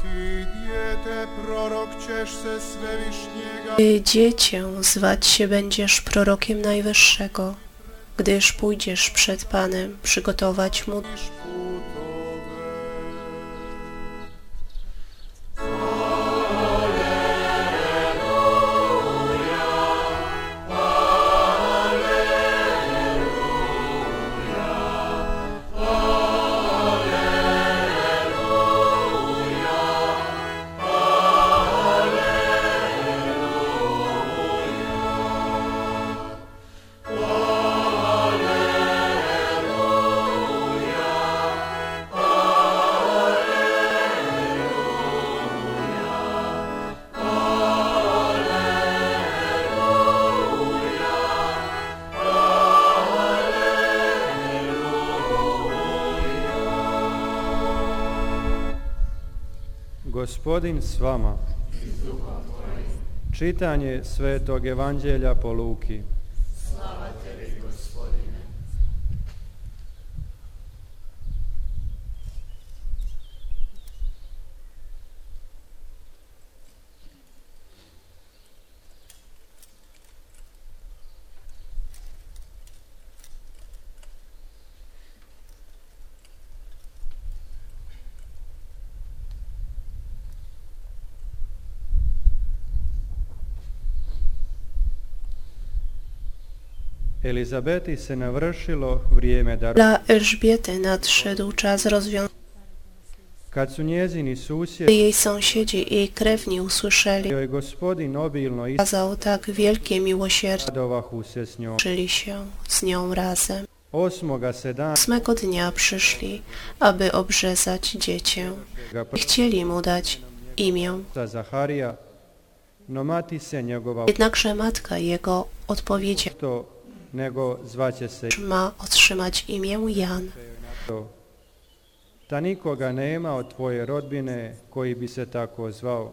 Ty, dziecię, zwać się będziesz prorokiem Najwyższego, gdyż pójdziesz przed Panem przygotować Mu Gospodin s vama. Čitanje Svetog Evanđelja po Luki. Slava tebi, Gospodine. Elizabeti se navršilo vrijeme Dla Elżbiety nadszedł czas rozwiązania. kad su njezini susjedi Jej sąsiedzi i krewni usłyszeli, joj Gospodin obilno okazał tak wielkie miłosierdzie, radovahu se s njom. cieszyli się z nią razem. Osmoga se dana 8 dnia przyszli, aby obrzezać dziecię. ga Chcieli mu dać imię, prsa Zaharija, no mati se njegova jednakże matka jego odpowiedziała, to nego zvaće se że ma otrzymać imię Jan. to. Ta nikoga nema od tvoje rodbine koji bi se tako zvao.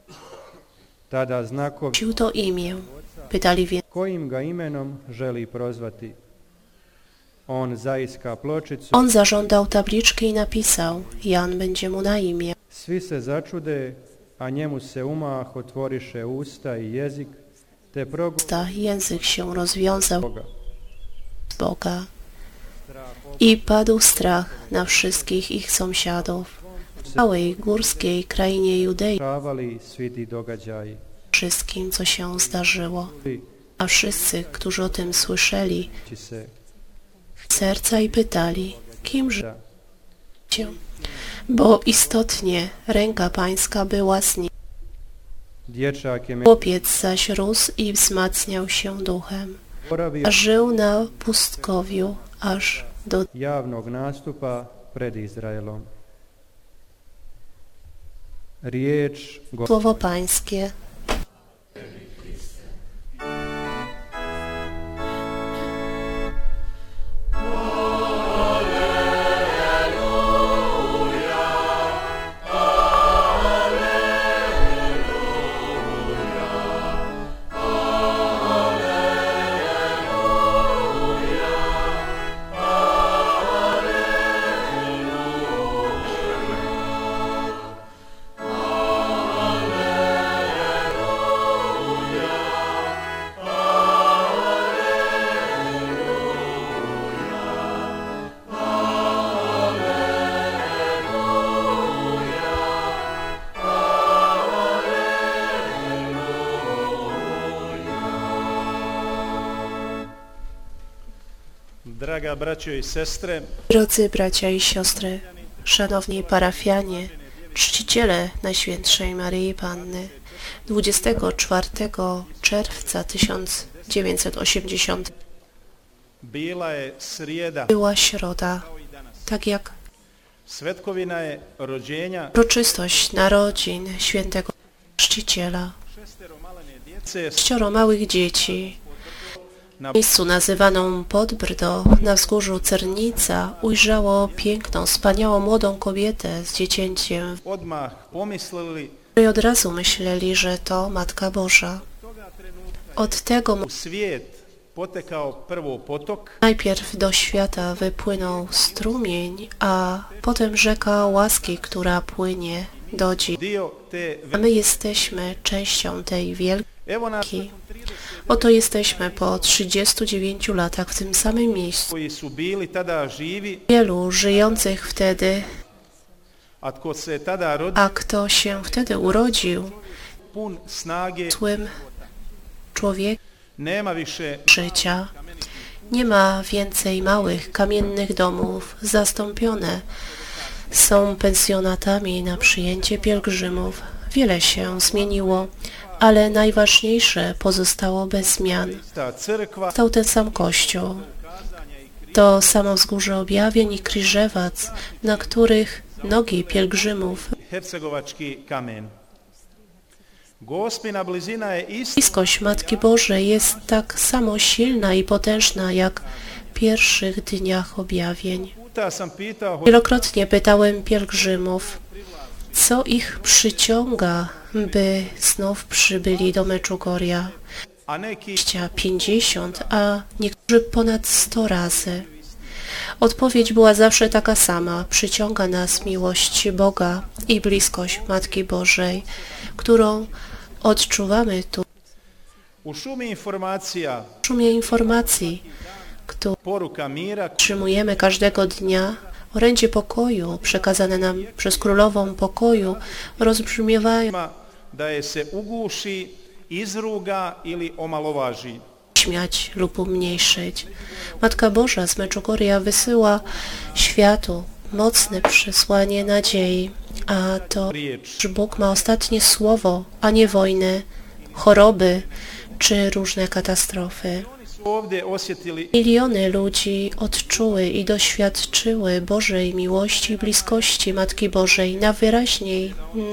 Tada znakovi Wziął to imię. Pytali więc, kojim ga imenom želi prozvati. On zaiska pločicu, on zażądał tabliczki i napisał, Jan będzie mu na imię. svi se začude, a njemu se umah otvoriše usta i jezik, te progo Język się rozwiązał Boga. z Boga i padł strach na wszystkich ich sąsiadów. W całej górskiej krainie Judei Šavali svi ti događaji. wszystkim, co się zdarzyło. A wszyscy, którzy o tym słyszeli, Či se serca i pytali, kimże da cię? Bo istotnie ręka pańska była z nim. dječak je Chłopiec zaś rósł i wzmacniał się duchem, boravio a żył na pustkowiu aż do javnog nastupa pred Izraelom. Riječ Słowo Pańskie. Draga braćo i sestre, Drodzy bracia i siostry, szanowni parafianie, czciciele Najświętszej Maryi Panny, 24 czerwca 1980 bila je srijeda, była środa, tak jak svetkovina je rođenja uroczystość narodzin świętego czciciela. djece 6 małych dzieci na w miejscu nazywaną Podbrdo na wzgórzu Cernica ujrzało piękną, wspaniałą młodą kobietę z dziecięciem, odmah pomislili i od razu myśleli, że to Matka Boża. Od tego u svijet potekao prvo potok, najpierw do świata wypłynął strumień, a potem rzeka łaski, która płynie do dziś. dio te A my jesteśmy częścią tej wielkiej. Evo nas Oto jesteśmy po 39 latach w tym samym miejscu. koji su bili tada živi, Wielu żyjących wtedy, a tko se tada rodio a kto się wtedy urodził pun snage, złym człowiekiem nema više życia, nie ma więcej małych, kamiennych domów. Zastąpione są pensjonatami na przyjęcie pielgrzymów. Wiele się zmieniło, ale najważniejsze pozostało bez zmian. ta crkva, Stał ten sam kościół, to samo wzgórze objawień i kriżewac, na których nogi pielgrzymów. hercegovački kamen. Gospina blizina je ista Bliskość Matki Bożej jest tak samo silna i potężna jak w pierwszych dniach objawień. puta sam pitao Wielokrotnie pytałem pielgrzymów, co ich przyciąga, by znów przybyli do Meczugoria. a neki 50, a niektórzy ponad 100 razy. Odpowiedź była zawsze taka sama. Przyciąga nas miłość Boga i bliskość Matki Bożej, którą odczuwamy tu u šumi informacija, w szumie informacji, które poruka mira otrzymujemy każdego dnia. Orędzie pokoju przekazane nam przez Królową Pokoju rozbrzmiewają ima da je se uguši, izruga ili omalovaži. śmiać lub umniejszyć. Matka Boża z Meczugoria wysyła światu mocne przesłanie nadziei, a to, Riječ. że Bóg ma ostatnie słowo, a nie wojny, choroby czy różne katastrofy. Su ovdje osjetili Miliony ludzi odczuły i doświadczyły Bożej miłości i bliskości Matki Bożej. Najwyraźniej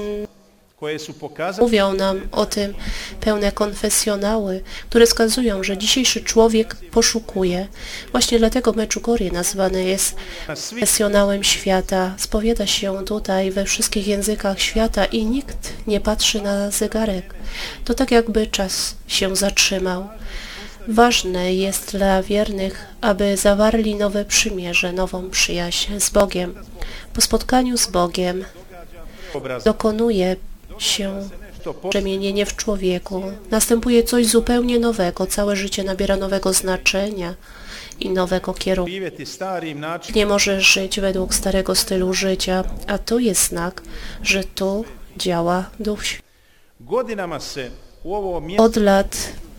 koje su pokazali mówią nam o tym pełne konfesjonały, które wskazują, że dzisiejszy człowiek poszukuje. Właśnie dlatego Meczugorie nazwane jest na svi konfesjonałem świata. Spowiada się tutaj we wszystkich językach świata i nikt nie patrzy na zegarek. To tak jakby czas się zatrzymał. Ważne jest dla wiernych, aby zawarli nowe przymierze, nową przyjaźń z Bogiem. Po spotkaniu z Bogiem obraz. dokonuje się To po przemienienie w człowieku. Następuje coś zupełnie nowego. Całe życie nabiera nowego znaczenia i nowego kierunku. živjeti starim načinom Nie może żyć według starego stylu życia, a to jest znak, że tu działa Duch Święty. godinama se u ovo mjesto Od lat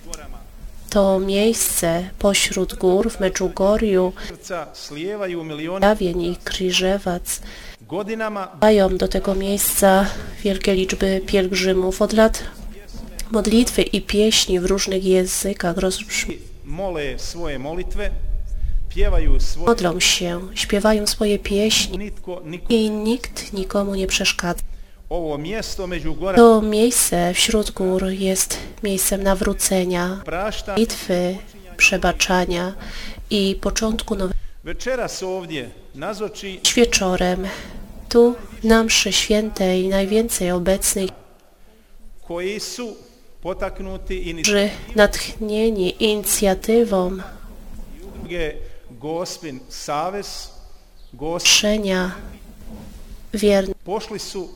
to miejsce pośród gór w Meczugorju, slijevaju milioni Jawień i Kriżewac godinama mają do tego miejsca wielkie liczby pielgrzymów. Od lat modlitwy i pieśni w różnych językach mole svoje molitve, pjevaju svoje modlą się, śpiewają swoje pieśni nitko i nikt nikomu nie przeszkadza. ovo mjesto među gorama To miejsce wśród gór jest miejscem nawrócenia, prašta. modlitwy, przebaczania i początku nowego. Večeras ovdje nazoči Wieczorem tu na mszy świętej najwięcej obecnych, koji su potaknuti którzy natchnieni inicjatywą udruge Gospin savez, Gospin, trzenia wiernej pošli su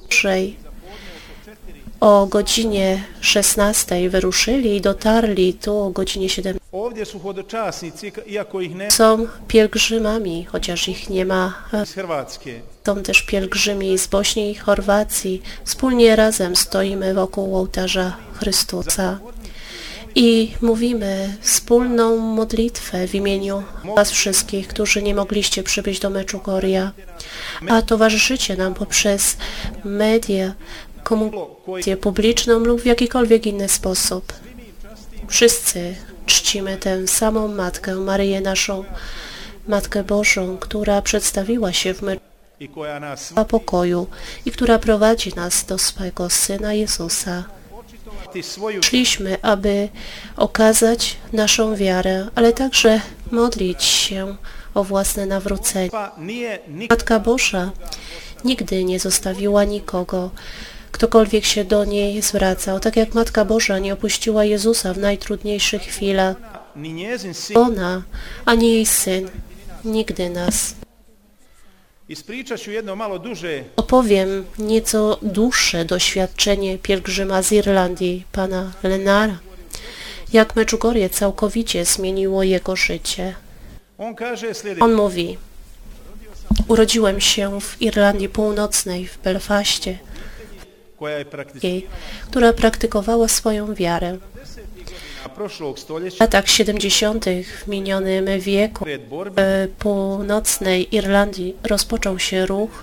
o godzinie 16 wyruszyli i dotarli tu o godzinie 17. ovdje su hodočasnici, iako ih ne Są pielgrzymami, chociaż ich nie ma. iz Hrvatske. Są też pielgrzymi z Bośni i Chorwacji. Wspólnie razem stoimy wokół ołtarza Chrystusa i mówimy wspólną modlitwę w imieniu was wszystkich, którzy nie mogliście przybyć do Meczugoria, a towarzyszycie nam poprzez media, komunikację publiczną lub w jakikolwiek inny sposób. Wszyscy czcimy tę samą Matkę, Maryję naszą, Matkę Bożą, która przedstawiła się w I koja nas pokoju i która prowadzi nas do swego Syna Jezusa. ti svoju Szliśmy, aby okazać naszą wiarę, ale także modlić się o własne nawrócenie. pa nije Matka Boża nigdy nie zostawiła nikogo, ktokolwiek się do niej zwracał, tak jak Matka Boża nie opuściła Jezusa w najtrudniejszych chwilach. ni njezin sin Ona, ani jej Syn nigdy nas Ispričat ću jedno malo duže Opowiem nieco dłuższe doświadczenie pielgrzyma z Irlandii, pana Lenara, jak Medjugorje całkowicie zmieniło jego życie. On kaže sljedeće. On mówi: urodziłem się w Irlandii Północnej, w Belfaście, Koja je praktično która praktykowała swoją wiarę. prošlog W stoljeća latach 70. w minionym wieku pred borbe w północnej Irlandii rozpoczął się ruch,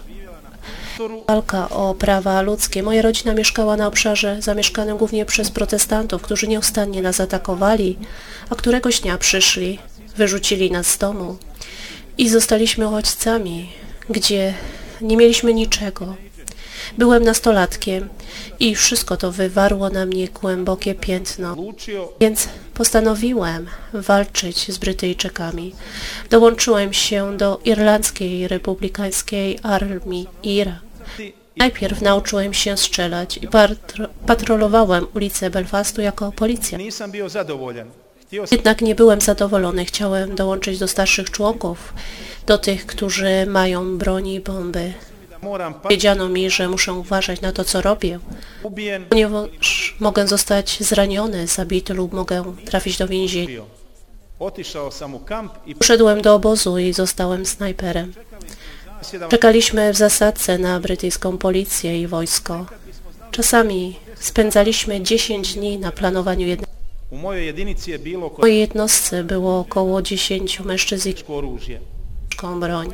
walka o prawa ludzkie. Moja rodzina mieszkała na obszarze zamieszkanym głównie przez protestantów, którzy nieustannie nas atakowali, a któregoś dnia przyszli, wyrzucili nas z domu i zostaliśmy uchodźcami, gdzie nie mieliśmy niczego. Byłem nastolatkiem i wszystko to wywarło na mnie głębokie piętno. odlučio Więc postanowiłem walczyć z Brytyjczykami. Dołączyłem się do Irlandzkiej Republikańskiej Armii IRA. Najpierw nauczyłem się strzelać i patrolowałem ulice Belfastu jako policja. nisam bio zadovoljan. Htio sam Jednak nie byłem zadowolony. Chciałem dołączyć do starszych członków, do tych, którzy mają broni i bomby. da moram pa Wiedziano mi, że muszę uważać na to, co robię, ubijen. ponieważ mogę zostać zraniony, zabity lub mogę trafić do więzienia. Otišao sam u kamp i Poszedłem do obozu i zostałem snajperem. posjedam Czekaliśmy w zasadce na brytyjską policję i wojsko. Czasami spędzaliśmy 10 dni na planowaniu jednej. u mojoj jedinici je bilo W mojej jednostce było około 10 mężczyzn i teško oružje. ciężką broń.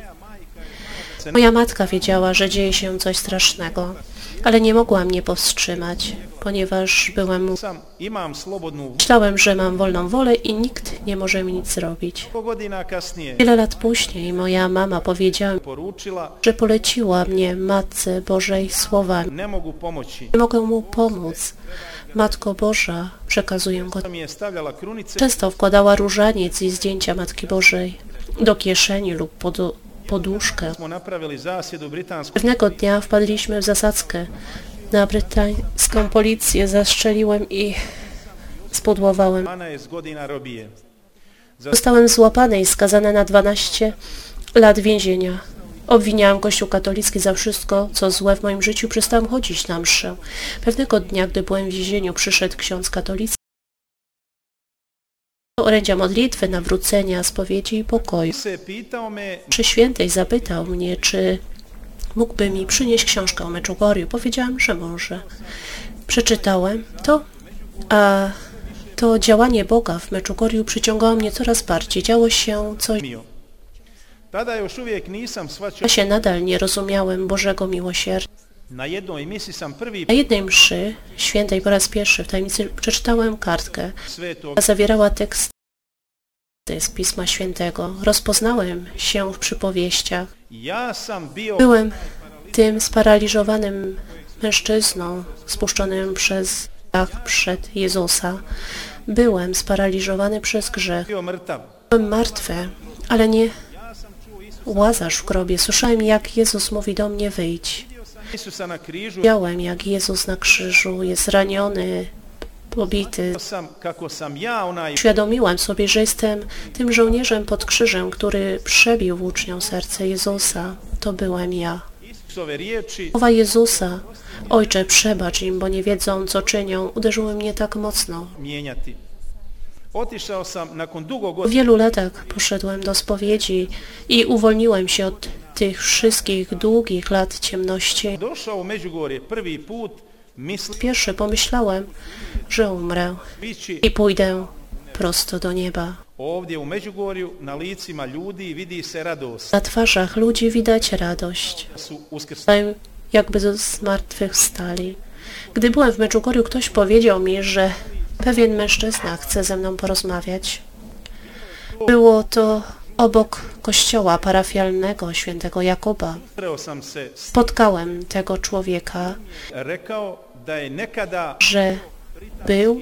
Moja matka wiedziała, że dzieje się coś strasznego, ale nie mogła mnie powstrzymać, ponieważ Sam imam slobodnu myślałem, że mam wolną wolę i nikt nie może mi nic zrobić. 100 godina kasnije Wiele lat później moja mama powiedziała mi, poručila że poleciła mnie Matce Bożej słowami: ne mogu pomoći. nie mogę mu pomóc. Matko Boża, przekazuję go. Mi je stavljala krunice Często wkładała różaniec i zdjęcia Matki Bożej do kieszeni lub pod poduszkę. smo napravili zasjedu britansku. Pewnego dnia wpadliśmy w zasadzkę na brytyjską policję, zastrzeliłem i spudłowałem. 12 godina robije. Zostałem złapany i skazany na 12 lat więzienia. Obwiniałem Kościół katolicki za wszystko, co złe w moim życiu. Przestałem chodzić na mszę. Pewnego dnia, gdy byłem w więzieniu, przyszedł ksiądz katolicki do orędzia modlitwy, nawrócenia, spowiedzi i pokoju. Se pitao me Przy świętej zapytał mnie, czy mógłby mi przynieść książkę o Medjugorju. Powiedziałem, że może. Przeczytałem to, a to działanie Boga w Medjugorju przyciągało mnie coraz bardziej. Działo się coś. mio. Tada još uvijek nisam shvaćao. Ja się nadal nie rozumiałem Bożego miłosierdzia. Na jednoj misi sam prvi Na jednej mszy świętej po raz pierwszy w tajemnicy przeczytałem kartkę, svetog. która zawierała tekst z Pisma Świętego. Rozpoznałem się w przypowieściach. Ja sam bio Byłem tym sparaliżowanym mężczyzną spuszczonym przez dach przed Jezusa. Byłem sparaliżowany przez grzech. bio mrtav. Byłem martwy, ale nie Łazarz w grobie. Słyszałem, jak Jezus mówi do mnie: wyjdź. Isusa na križu. Widziałem, jak Jezus na krzyżu jest raniony, pobity. Sam kako sam ja onaj Uświadomiłem sobie, że jestem tym żołnierzem pod krzyżem, który przebił włócznią serce Jezusa. To byłem ja. Isusove riječi Słowa Jezusa: Ojcze, przebacz im, bo nie wiedzą, co czynią, uderzyły mnie tak mocno. mijenjati. Otišao sam nakon dugo Po godina wielu latach poszedłem do spowiedzi i uwolniłem się od tych wszystkich długich lat ciemności. došao u Međugorje prvi put misli Pierwszy pomyślałem, że umrę bići i pójdę prosto do nieba. ovdje u Međugorju na licima ljudi vidi se radost. Na twarzach ludzi widać radość. Su uskrsli. Byłem jakby z martwych wstali. Gdy byłem w Medjugorju, ktoś powiedział mi, że pewien mężczyzna chce ze mną porozmawiać. Było to obok kościoła parafialnego świętego Jakuba. Sreo sam se s Spotkałem tego człowieka, rekao da je nekada że był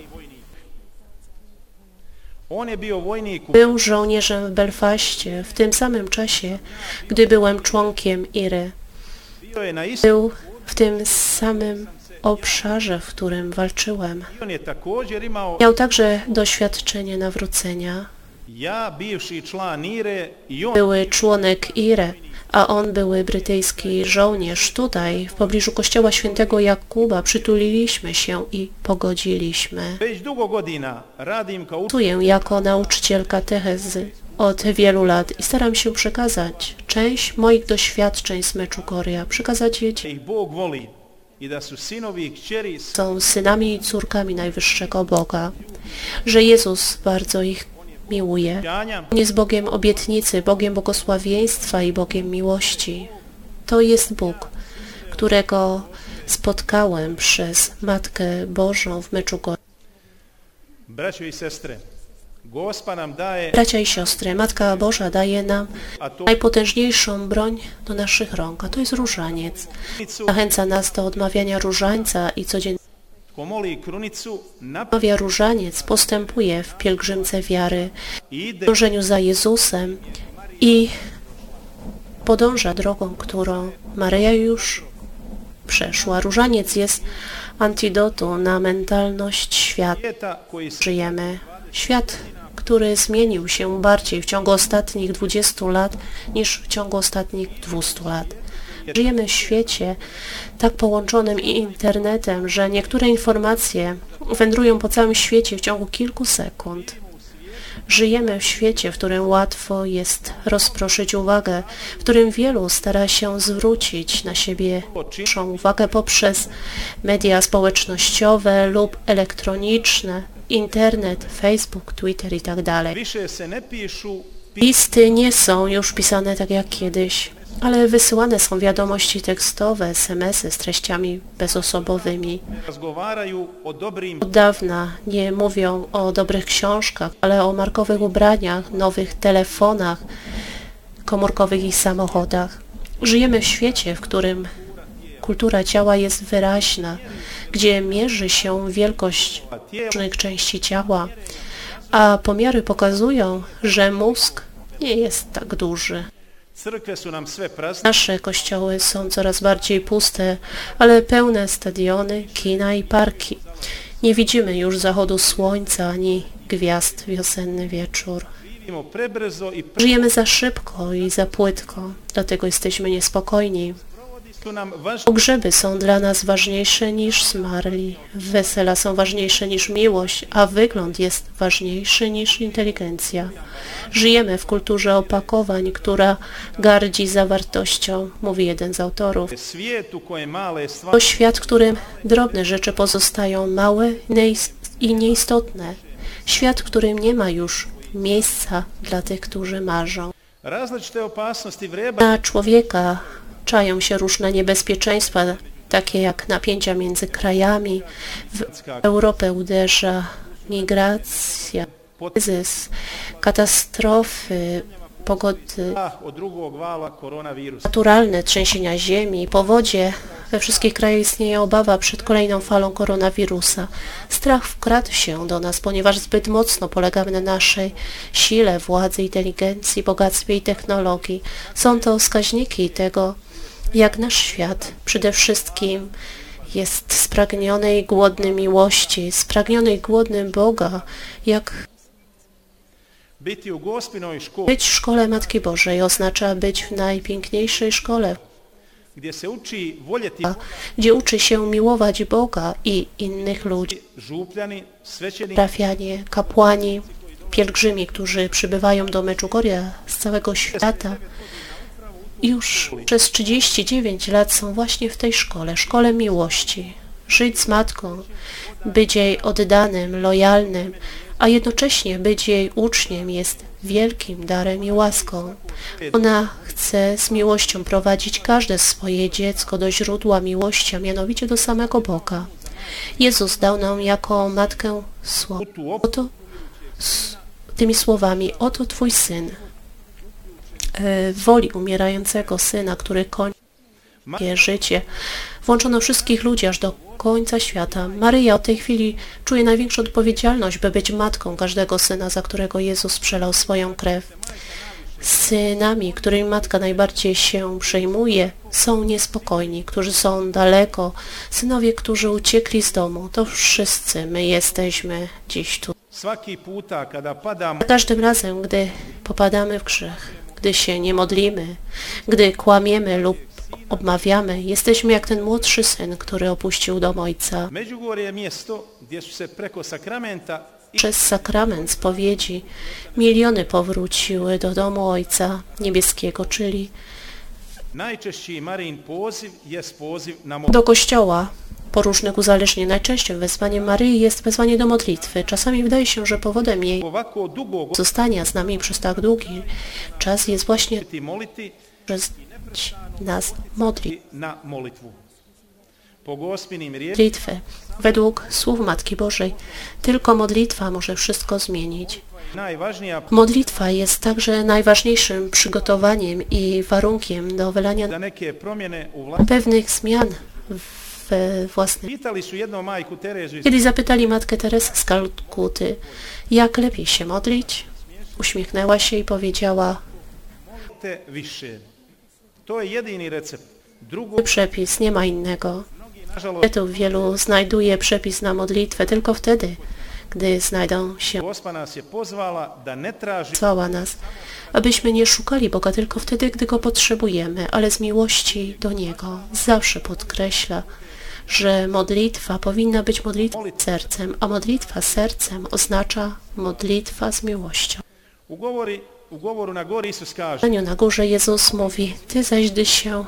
on je bio vojnik u Był żołnierzem w Belfaście w tym samym czasie, gdy byłem członkiem IRY. bio je na istom. Był w tym samym obszarze, w którym walczyłem. On je također imao Miał także doświadczenie nawrócenia. Ja, bivši član IRE i on Były członek IRE, a on były brytyjski żołnierz. Tutaj, w pobliżu kościoła świętego Jakuba, przytuliliśmy się i pogodziliśmy. već dugo godina radim kao Pracuję jako nauczyciel katechezy od wielu lat i staram się przekazać część moich doświadczeń z Meczugoria, przekazać dzieciom. ih Bog voli i da su sinovi i kćeri Są synami i córkami najwyższego Boga, że Jezus bardzo ich miłuje. sjanja, On jest Bogiem obietnicy, Bogiem błogosławieństwa i Bogiem miłości. To jest Bóg, którego spotkałem przez Matkę Bożą w Meczugorie. braćo i sestre, Gospa nam daje, Bracia i siostry, Matka Boża daje nam a to najpotężniejszą broń do naszych rąk, a to jest różaniec. krunicu, Zachęca nas do odmawiania różańca i codziennie ko moli krunicu, odmawia różaniec, postępuje w pielgrzymce wiary, w ide dążeniu za Jezusem i podąża drogą, którą Maryja już przeszła. Różaniec jest antidotu na mentalność świata. svijeta koji se Żyjemy. Świat, który zmienił się bardziej w ciągu ostatnich 20 lat niż w ciągu ostatnich 200 lat. Żyjemy w świecie tak połączonym i internetem, że niektóre informacje wędrują po całym świecie w ciągu kilku sekund. Żyjemy w świecie, w którym łatwo jest rozproszyć uwagę, w którym wielu stara się zwrócić na siebie naszą uwagę poprzez media społecznościowe lub elektroniczne, internet, Facebook, Twitter itd. više se ne pišu, Listy nie są już pisane tak jak kiedyś, ale wysyłane są wiadomości tekstowe, SMS-y z treściami bezosobowymi. razgovaraju o dobrim Od dawna nie mówią o dobrych książkach, ale o markowych ubraniach, nowych telefonach komórkowych i samochodach. Żyjemy w świecie, w którym kultura ciała jest wyraźna, gdzie mierzy się wielkość różnych części ciała, a pomiary pokazują, że mózg nie jest tak duży. crkve su nam sve prazne, Nasze kościoły są coraz bardziej puste, ale pełne stadiony, kina i parki. Nie widzimy już zachodu słońca ani gwiazd w wiosenny wieczór. idemo prebrzo i Żyjemy za szybko i za płytko, dlatego jesteśmy niespokojni. su nam važni Pogrzeby są dla nas ważniejsze niż zmarli, wesela są ważniejsze niż miłość, a wygląd jest ważniejszy niż inteligencja. Żyjemy w kulturze opakowań, która gardzi zawartością, mówi jeden z autorów. svijet u kojem male To stvari świat, w którym drobne rzeczy pozostają małe i nieistotne. Świat, w którym nie ma już miejsca dla tych, którzy marzą. različite opasnosti vreba Na człowieka czają się różne niebezpieczeństwa, takie jak napięcia między krajami. W Europę uderza migracja, kryzys, katastrofy, pogody, od drugog vala koronavirusa. naturalne trzęsienia ziemi, powodzie. We wszystkich krajach istnieje obawa przed kolejną falą koronawirusa. Strach wkradł się do nas, ponieważ zbyt mocno polegamy na naszej sile, władzy, inteligencji, bogactwie i technologii. Są to wskaźniki tego, jak nasz świat przede wszystkim jest spragniony i głodny miłości, spragniony i głodny Boga, jak Biti u Gospinoj školi być w szkole Matki Bożej oznacza być w najpiękniejszej szkole, gdje se uči voljeti gdzie uczy się miłować Boga i innych ludzi. župljani, svećeni, Parafianie, kapłani, pielgrzymi, którzy przybywają do Meczugoria z całego świata, już przez 39 lat są właśnie w tej szkole miłości. Żyć z Matką, być jej oddanym, lojalnym, a jednocześnie być jej uczniem jest wielkim darem i łaską. Ona chce z miłością prowadzić każde swoje dziecko do źródła miłości, a mianowicie do samego Boga. Jezus dał nam jako matkę słowo. Oto tymi słowami, oto Twój Syn. Woli umierającego Syna, który kończy życie. Włączono wszystkich ludzi aż do końca świata. Maryja od tej chwili czuje największą odpowiedzialność, by być matką każdego syna, za którego Jezus przelał swoją krew. Synami, którymi matka najbardziej się przejmuje, są niespokojni, którzy są daleko, synowie, którzy uciekli z domu. To wszyscy my jesteśmy dziś tu. Svaki puta kada padamo, Za każdym razem, gdy popadamy w grzech, gdy się nie modlimy, gdy kłamiemy lub obmawiamy, jesteśmy jak ten młodszy syn, który opuścił dom ojca. Međugorje je mjesto gdje su se preko sakramenta Przez sakrament spowiedzi miliony powróciły do domu Ojca Niebieskiego, czyli najčešći Marijin poziv jest poziv na do kościoła po różnych uzależnieniach. Najczęściej wezwaniem Maryi jest wezwanie do modlitwy. Czasami wydaje się, że powodem jej ovako dugog zostania z nami przez tak długi czas jest właśnie moliti przez nas modlić. na molitvu. Po gospinim riječima Modlitwę. Według słów Matki Bożej tylko modlitwa może wszystko zmienić. najvažnija Modlitwa jest także najważniejszym przygotowaniem i warunkiem do wylania za neke promjene u vlasti. pewnych zmian w własnym. Pitali su jednom majku Terezu iz Kiedy zapytali Matkę Teresę z Kalkuty, jak lepiej się modlić, uśmiechnęła się i powiedziała: molite više. To je jedini recept. Drugo, przepis, nie ma innego. nažalost, Tu wielu znajduje przepis na modlitwę tylko wtedy, gdy znajdą się. Gospa nas je pozvala da ne traži Wezwała nas, abyśmy nie szukali Boga tylko wtedy, gdy Go potrzebujemy, ale z miłości do Niego. Zawsze podkreśla, że modlitwa powinna być modlitwą sercem, a modlitwa sercem oznacza modlitwa z miłością. u govoru na gori Isus kaže W na górze Jezus mówi: Ty zaś, gdy się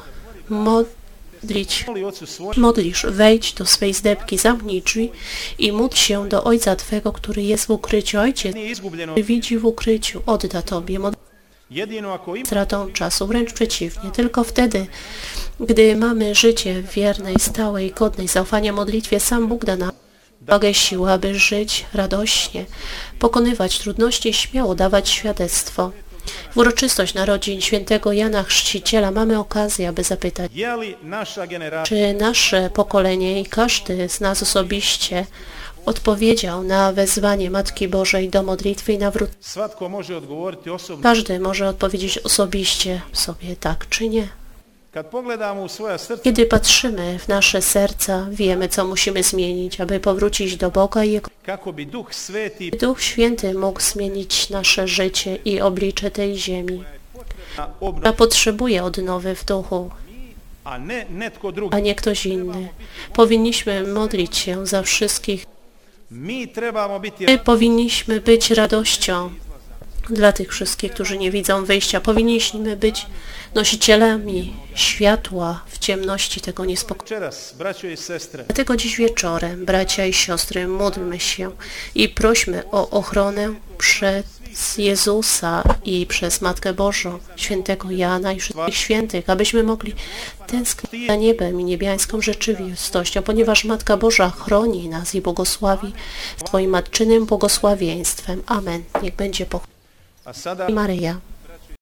moli ocu svoj modlisz, wejdź do swej zdebki, zamknij drzwi i módl się do Ojca Twego, który jest w ukryciu. Ojciec, nije izgubljeno. który widzi w ukryciu, odda Tobie. Jedino ako ima Stratą czasu, wręcz przeciwnie. Tylko wtedy, gdy mamy życie wiernej, stałej, godnej zaufania modlitwie, sam Bóg da nam odwagę, siłę, aby żyć radośnie, pokonywać trudności i śmiało dawać świadectwo. W uroczystość narodzin świętego Jana Chrzciciela mamy okazję, aby zapytać, je li naša generacija czy nasze pokolenie i każdy z nas osobiście odpowiedział na wezwanie Matki Bożej do modlitwy i nawrócenia. svatko može odgovoriti osobno. Każdy może odpowiedzieć osobiście sobie tak czy nie. Kad pogledamo u svoja srca, Kiedy patrzymy w nasze serca, wiemy, co musimy zmienić, aby powrócić do Boga i Jego. kako bi Duh Sveti Duch Święty mógł zmienić nasze życie i oblicze tej ziemi, na która obnovu, potrzebuje odnowy w duchu, a ne netko a drugi. nie ktoś inny. Powinniśmy modlić się za wszystkich. Mi trebamo biti My powinniśmy być radością dla tych wszystkich, którzy nie widzą wyjścia. Powinniśmy być nosicielami światła w ciemności tego niespokoju. večeras, braćo i sestre, Dlatego dziś wieczorem, bracia i siostry, módlmy się i prośmy o ochronę przez Jezusa i przez Matkę Bożą, świętego Jana i wszystkich świętych, abyśmy mogli tęsknić za niebem i niebiańską rzeczywistością, ponieważ Matka Boża chroni nas i błogosławi swoim matczynym błogosławieństwem. Amen. Niech będzie pochwalona a sada Maryja.